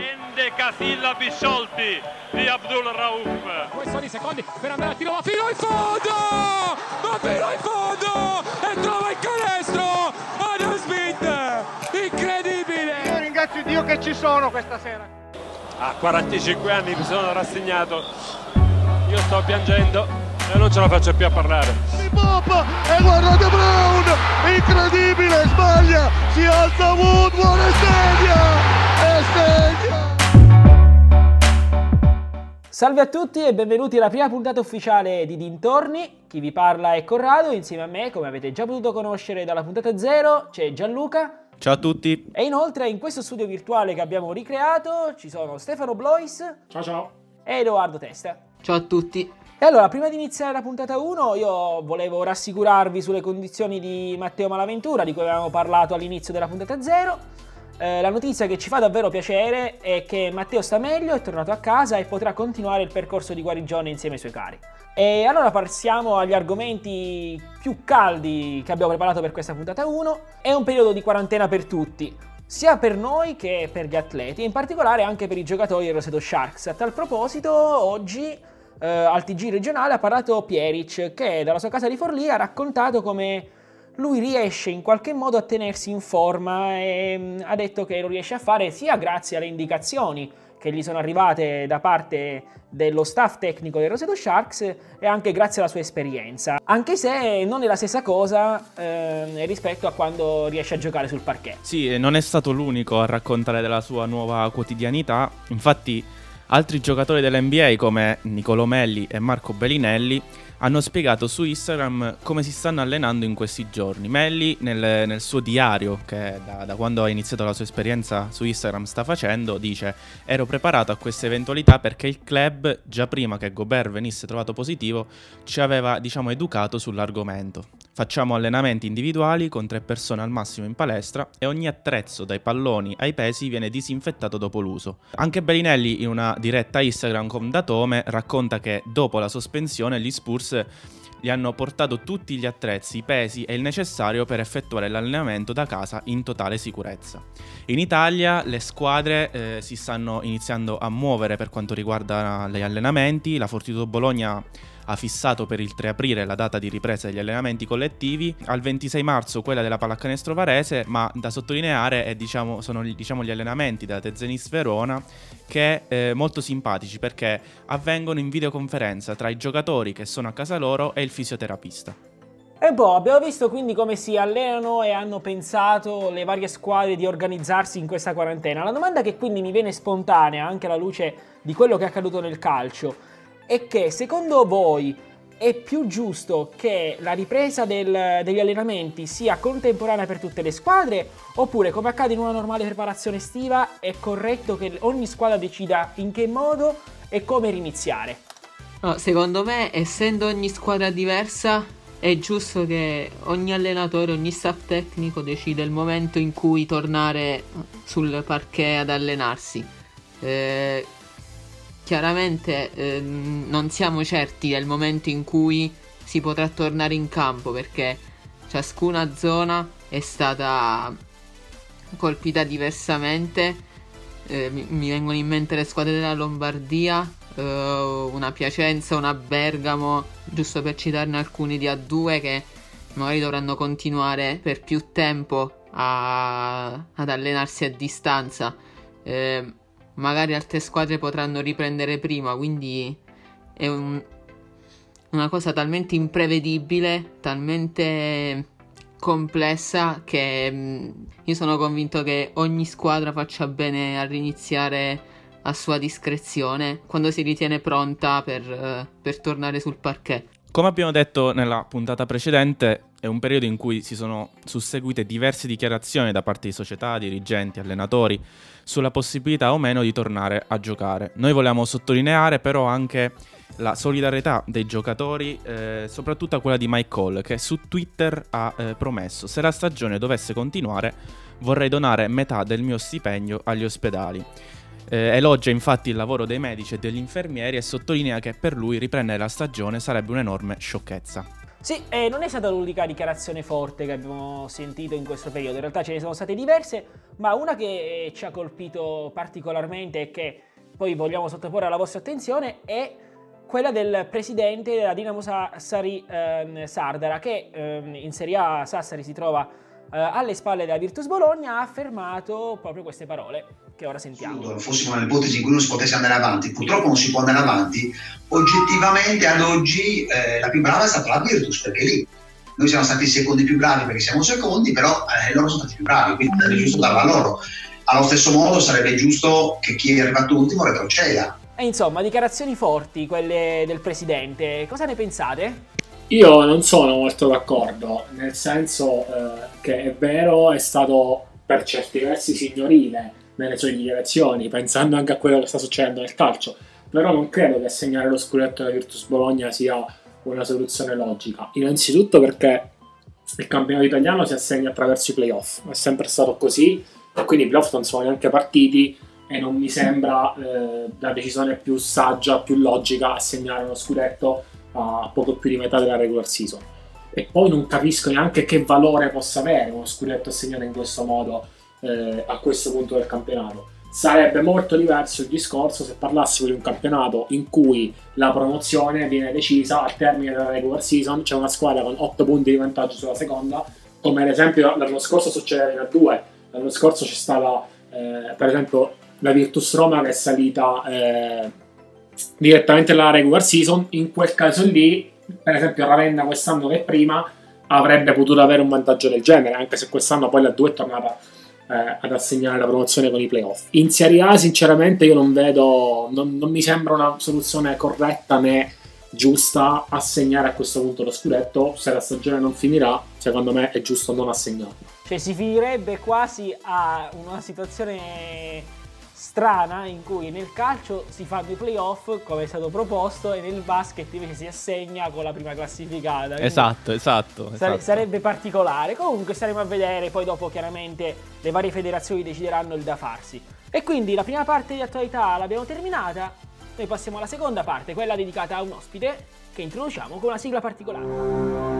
Prende Casillabi sciolti di Abdul Rauf. Questi secondi per andare a tiro, ma fino in fondo! Ma fino in fondo! E trova il canestro! Adam Smith! Incredibile! Io ringrazio Dio che ci sono questa sera. A 45 anni mi sono rassegnato. Io sto piangendo e non ce la faccio più a parlare. Di Pop e guardate Brown! Incredibile! Sbaglia! Si alza Woodward e segna! Salve a tutti e benvenuti alla prima puntata ufficiale di Dintorni. Chi vi parla è Corrado, insieme a me, come avete già potuto conoscere dalla puntata 0, c'è Gianluca. Ciao a tutti. E inoltre in questo studio virtuale che abbiamo ricreato ci sono Stefano Blois. Ciao ciao. E Edoardo Testa. Ciao a tutti. E allora, prima di iniziare la puntata 1, io volevo rassicurarvi sulle condizioni di Matteo Malaventura, di cui avevamo parlato all'inizio della puntata 0. La notizia che ci fa davvero piacere è che Matteo sta meglio, è tornato a casa e potrà continuare il percorso di guarigione insieme ai suoi cari. E allora passiamo agli argomenti più caldi che abbiamo preparato per questa puntata 1. È un periodo di quarantena per tutti, sia per noi che per gli atleti, e in particolare anche per i giocatori del Roseto Sharks. A tal proposito, oggi al TG regionale ha parlato Pieric, che dalla sua casa di Forlì ha raccontato come lui riesce in qualche modo a tenersi in forma e ha detto che lo riesce a fare sia grazie alle indicazioni che gli sono arrivate da parte dello staff tecnico del Roseto Sharks e anche grazie alla sua esperienza, anche se non è la stessa cosa rispetto a quando riesce a giocare sul parquet. Sì, non è stato l'unico a raccontare della sua nuova quotidianità. Infatti altri giocatori dell'NBA come Niccolò Melli e Marco Bellinelli hanno spiegato su Instagram come si stanno allenando in questi giorni. Melli nel suo diario, che da quando ha iniziato la sua esperienza su Instagram sta facendo, dice: ero preparato a questa eventualità perché il club, già prima che Gobert venisse trovato positivo, ci aveva, educato sull'argomento. Facciamo allenamenti individuali con 3 persone al massimo in palestra e ogni attrezzo, dai palloni ai pesi, viene disinfettato dopo l'uso. Anche Bellinelli, in una diretta Instagram con Datome, racconta che dopo la sospensione gli Spurs gli hanno portato tutti gli attrezzi, i pesi e il necessario per effettuare l'allenamento da casa in totale sicurezza. In Italia le squadre si stanno iniziando a muovere per quanto riguarda gli allenamenti. La Fortitudo Bologna ha fissato per il 3 aprile la data di ripresa degli allenamenti collettivi, al 26 marzo quella della Pallacanestro Varese, ma da sottolineare sono gli allenamenti della Tezenis Verona, che molto simpatici perché avvengono in videoconferenza tra i giocatori che sono a casa loro e il fisioterapista. E poi abbiamo visto quindi come si allenano e hanno pensato le varie squadre di organizzarsi in questa quarantena. La domanda che quindi mi viene spontanea, anche alla luce di quello che è accaduto nel calcio, è che secondo voi è più giusto che la ripresa degli allenamenti sia contemporanea per tutte le squadre, oppure, come accade in una normale preparazione estiva, è corretto che ogni squadra decida in che modo e come riniziare? No, secondo me, essendo ogni squadra diversa, è giusto che ogni allenatore, ogni staff tecnico decida il momento in cui tornare sul parquet ad allenarsi. Chiaramente non siamo certi del momento in cui si potrà tornare in campo, perché ciascuna zona è stata colpita diversamente. Mi vengono in mente le squadre della Lombardia, una Piacenza, una Bergamo, giusto per citarne alcuni di A2, che magari dovranno continuare per più tempo ad allenarsi a distanza. Magari altre squadre potranno riprendere prima, quindi è una cosa talmente imprevedibile, talmente complessa, che io sono convinto che ogni squadra faccia bene a riniziare a sua discrezione quando si ritiene pronta per tornare sul parquet. Come abbiamo detto nella puntata precedente, è un periodo in cui si sono susseguite diverse dichiarazioni da parte di società, dirigenti, allenatori sulla possibilità o meno di tornare a giocare. Noi vogliamo sottolineare però anche la solidarietà dei giocatori, soprattutto a quella di Mike Cole, che su Twitter ha promesso: se la stagione dovesse continuare vorrei donare metà del mio stipendio agli ospedali. Elogia infatti il lavoro dei medici e degli infermieri e sottolinea che per lui riprendere la stagione sarebbe un'enorme sciocchezza. Sì, e non è stata l'unica dichiarazione forte che abbiamo sentito in questo periodo, in realtà ce ne sono state diverse, ma una che ci ha colpito particolarmente e che poi vogliamo sottoporre alla vostra attenzione è quella del presidente della Dinamo Sassari Sardara, che in Serie A Sassari si trova alle spalle della Virtus Bologna, ha affermato proprio queste parole che ora sentiamo. Fossimo nell'ipotesi in cui non si potesse andare avanti, purtroppo non si può andare avanti. Oggettivamente ad oggi la più brava è stata la Virtus, perché lì noi siamo stati i secondi più bravi perché siamo secondi, però loro sono stati più bravi, quindi è giusto darla a loro. Allo stesso modo sarebbe giusto che chi è arrivato ultimo retroceda. E insomma, dichiarazioni forti quelle del presidente, cosa ne pensate? Io non sono molto d'accordo, nel senso che è vero, è stato per certi versi signorile nelle sue dichiarazioni, pensando anche a quello che sta succedendo nel calcio, però non credo che assegnare lo scudetto alla Virtus Bologna sia una soluzione logica. Innanzitutto perché il campionato italiano si assegna attraverso i playoff, è sempre stato così, e quindi i playoff non sono neanche partiti e non mi sembra la decisione più saggia, più logica assegnare uno scudetto a poco più di metà della regular season. E poi non capisco neanche che valore possa avere uno scudetto assegnato in questo modo a questo punto del campionato. Sarebbe molto diverso il discorso se parlassimo di un campionato in cui la promozione viene decisa al termine della regular season, c'è una squadra con 8 punti di vantaggio sulla seconda, come ad esempio l'anno scorso succedeva in A2. L'anno scorso c'è stata per esempio la Virtus Roma che è salita direttamente alla regular season. In quel caso lì, per esempio, Ravenna quest'anno che prima avrebbe potuto avere un vantaggio del genere, anche se quest'anno poi la 2 è tornata ad assegnare la promozione con i playoff. In Serie A sinceramente io non vedo, non mi sembra una soluzione corretta né giusta assegnare a questo punto lo scudetto. Se la stagione non finirà, secondo me è giusto non assegnarlo. Cioè si finirebbe quasi a una situazione strana in cui nel calcio si fanno i playoff come è stato proposto e nel basket invece si assegna con la prima classificata. Esatto. Sarebbe particolare. Comunque staremo a vedere, poi dopo chiaramente le varie federazioni decideranno il da farsi. E quindi la prima parte di attualità l'abbiamo terminata, noi passiamo alla seconda parte, quella dedicata a un ospite che introduciamo con una sigla particolare.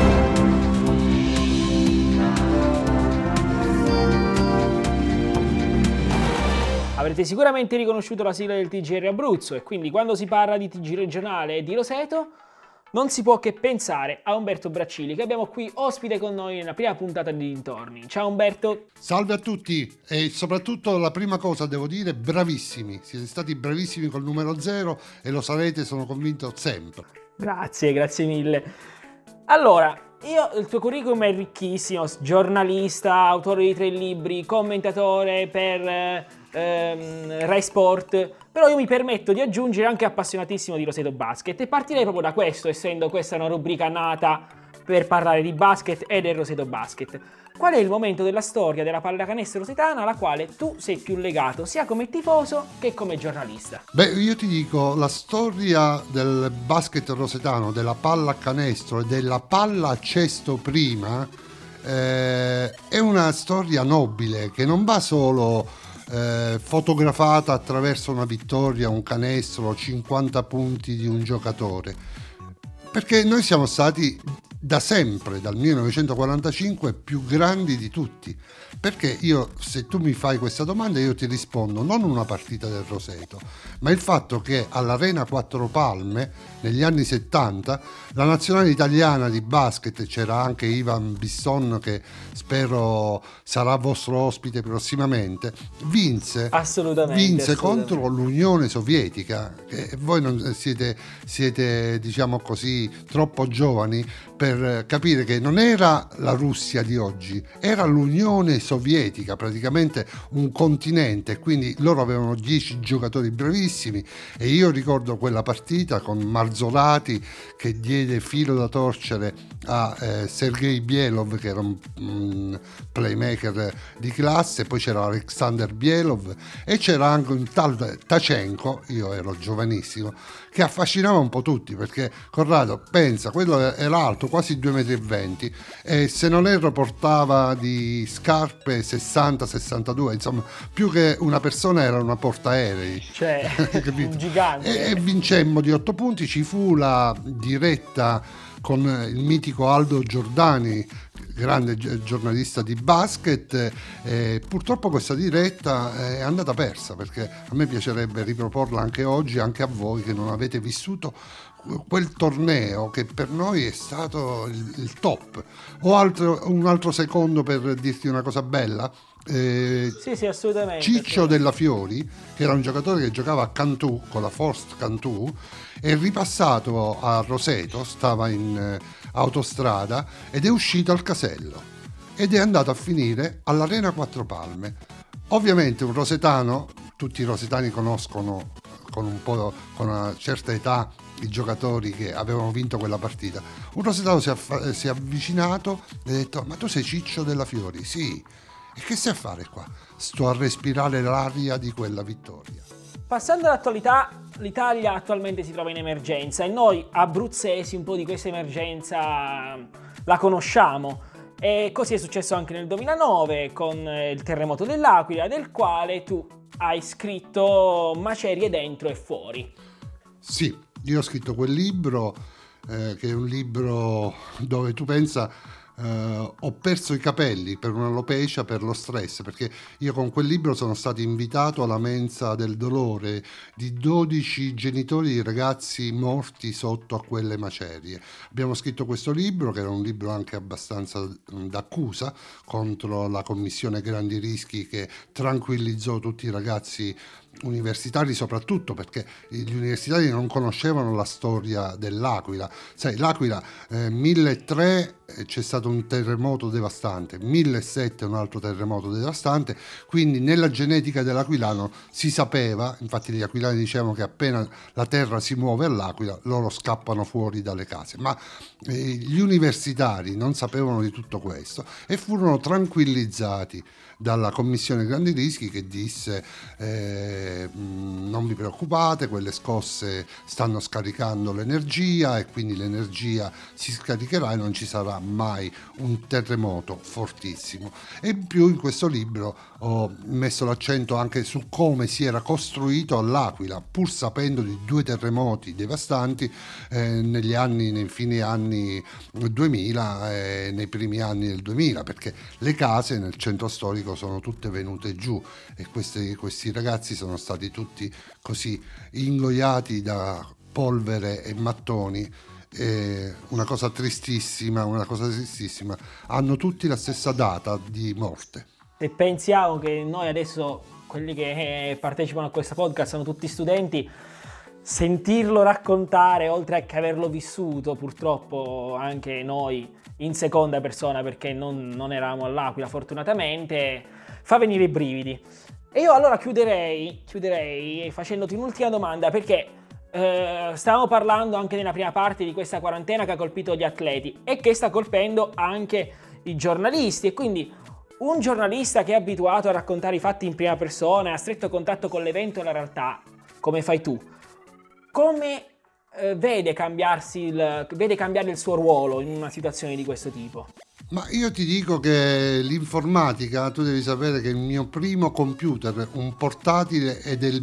Avrete sicuramente riconosciuto la sigla del TGR Abruzzo e quindi quando si parla di TG regionale e di Roseto non si può che pensare a Umberto Braccilli, che abbiamo qui ospite con noi nella prima puntata di Dintorni. Ciao Umberto. Salve a tutti e soprattutto la prima cosa devo dire, bravissimi, siete stati bravissimi col numero 0 e lo sarete, sono convinto, sempre. Grazie mille. Allora, il tuo curriculum è ricchissimo, giornalista, autore di 3 libri, commentatore per Rai Sport, però io mi permetto di aggiungere anche appassionatissimo di Roseto Basket e partirei proprio da questo, essendo questa una rubrica nata per parlare di basket e del Roseto Basket. Qual è il momento della storia della pallacanestro rosetana alla quale tu sei più legato, sia come tifoso che come giornalista? Beh, io ti dico, la storia del basket rosetano, della pallacanestro e della palla a cesto prima, è una storia nobile che non va solo fotografata attraverso una vittoria, un canestro, 50 punti di un giocatore, perché noi siamo stati da sempre, dal 1945, più grandi di tutti. Perché io, se tu mi fai questa domanda, io ti rispondo non una partita del Roseto, ma il fatto che all'Arena Quattro Palme negli anni 70 la nazionale italiana di basket, c'era anche Ivan Bisson che spero sarà vostro ospite prossimamente, vinse contro l'Unione Sovietica, che voi non siete diciamo così troppo giovani per capire che non era la Russia di oggi, era l'Unione Sovietica, praticamente un continente, quindi loro avevano 10 giocatori bravissimi e io ricordo quella partita con Marzolati che diede filo da torcere a Sergei Bielov, che era un playmaker di classe, poi c'era Alexander Bielov e c'era anche un tal Tachenko, io ero giovanissimo, che affascinava un po' tutti, perché Corrado, pensa, quello era alto quasi 2,20 m e se non erro portava di scarpe 60-62, insomma più che una persona era una portaerei, cioè un gigante, e vincemmo di 8 punti. Ci fu la diretta con il mitico Aldo Giordani, grande giornalista di basket. Purtroppo questa diretta è andata persa, perché a me piacerebbe riproporla anche oggi, anche a voi che non avete vissuto quel torneo che per noi è stato il top. Un altro secondo per dirti una cosa bella. Sì, assolutamente. Ciccio Della Fiori, che era un giocatore che giocava a Cantù con la Forst Cantù, è ripassato a Roseto, stava in autostrada ed è uscito al casello ed è andato a finire all'Arena Quattro Palme. Ovviamente un rosetano, tutti i rosetani conoscono con una certa età i giocatori che avevano vinto quella partita. Un rosetano si è avvicinato e ha detto: ma tu sei Ciccio Della Fiori? Sì. E che stai a fare qua? Sto a respirare l'aria di quella vittoria. Passando all'attualità, l'Italia attualmente si trova in emergenza e noi abruzzesi un po' di questa emergenza la conosciamo. E così è successo anche nel 2009 con il terremoto dell'Aquila, del quale tu hai scritto macerie dentro e fuori. Sì, io ho scritto quel libro, che è un libro dove tu pensa... ho perso i capelli per un'alopecia, per lo stress, perché io con quel libro sono stato invitato alla mensa del dolore di 12 genitori di ragazzi morti sotto a quelle macerie. Abbiamo scritto questo libro, che era un libro anche abbastanza d'accusa contro la commissione Grandi Rischi, che tranquillizzò tutti i ragazzi universitari, soprattutto perché gli universitari non conoscevano la storia dell'Aquila. Sai, l'Aquila 1003 c'è stato un terremoto devastante, 1007 un altro terremoto devastante, quindi nella genetica dell'aquilano si sapeva, infatti gli aquilani dicevano che appena la terra si muove all'Aquila loro scappano fuori dalle case, ma gli universitari non sapevano di tutto questo e furono tranquillizzati dalla commissione Grandi Rischi, che disse non vi preoccupate, quelle scosse stanno scaricando l'energia e quindi l'energia si scaricherà e non ci sarà mai un terremoto fortissimo. E in più in questo libro ho messo l'accento anche su come si era costruito all'Aquila, pur sapendo di 2 terremoti devastanti nei fine anni 2000 e nei primi anni del 2000, perché le case nel centro storico sono tutte venute giù e questi ragazzi sono stati tutti così ingoiati da polvere e mattoni. Una cosa tristissima, hanno tutti la stessa data di morte. Se pensiamo che noi adesso, quelli che partecipano a questo podcast, sono tutti studenti, sentirlo raccontare, oltre a che averlo vissuto, purtroppo anche noi in seconda persona, perché non eravamo all'Aquila fortunatamente, fa venire i brividi. E io allora chiuderei facendoti un'ultima domanda, perché stavamo parlando anche nella prima parte di questa quarantena che ha colpito gli atleti e che sta colpendo anche i giornalisti, e quindi un giornalista che è abituato a raccontare i fatti in prima persona, a stretto contatto con l'evento e la realtà, come fai tu, come vede cambiare il suo ruolo in una situazione di questo tipo? Ma io ti dico che l'informatica, tu devi sapere che il mio primo computer, un portatile, è del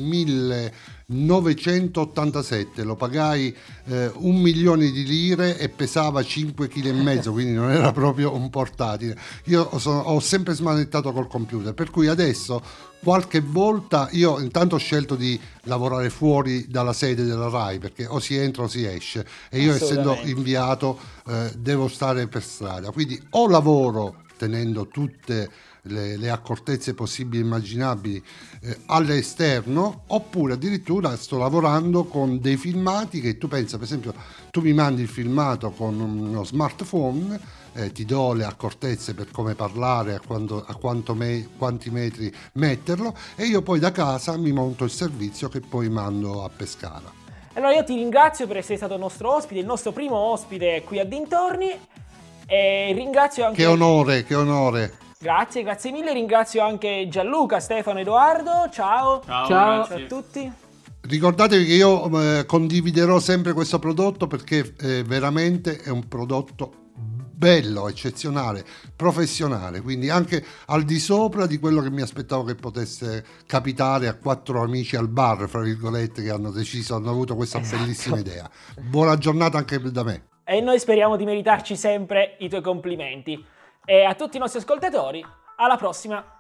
1987, lo pagai 1 milione di lire e pesava 5,5 kg, quindi non era proprio un portatile. Io ho sempre smanettato col computer, per cui adesso qualche volta io intanto ho scelto di lavorare fuori dalla sede della RAI, perché o si entra o si esce, e io essendo inviato devo stare per strada, quindi o lavoro tenendo tutte le accortezze possibili e immaginabili all'esterno, oppure addirittura sto lavorando con dei filmati che tu pensa, per esempio tu mi mandi il filmato con uno smartphone, ti do le accortezze per come parlare, quanti metri metterlo, e io poi da casa mi monto il servizio che poi mando a Pescara. Allora io ti ringrazio per essere stato il nostro ospite, il nostro primo ospite qui a Dintorni, e ringrazio anche... Che onore! Grazie mille, ringrazio anche Gianluca, Stefano, Edoardo, ciao a tutti. Ricordatevi che io condividerò sempre questo prodotto, perché veramente è un prodotto bello, eccezionale, professionale, quindi anche al di sopra di quello che mi aspettavo che potesse capitare a 4 amici al bar, fra virgolette, che hanno avuto questa bellissima idea. Buona giornata anche da me. e noi speriamo di meritarci sempre i tuoi complimenti. E a tutti i nostri ascoltatori, alla prossima!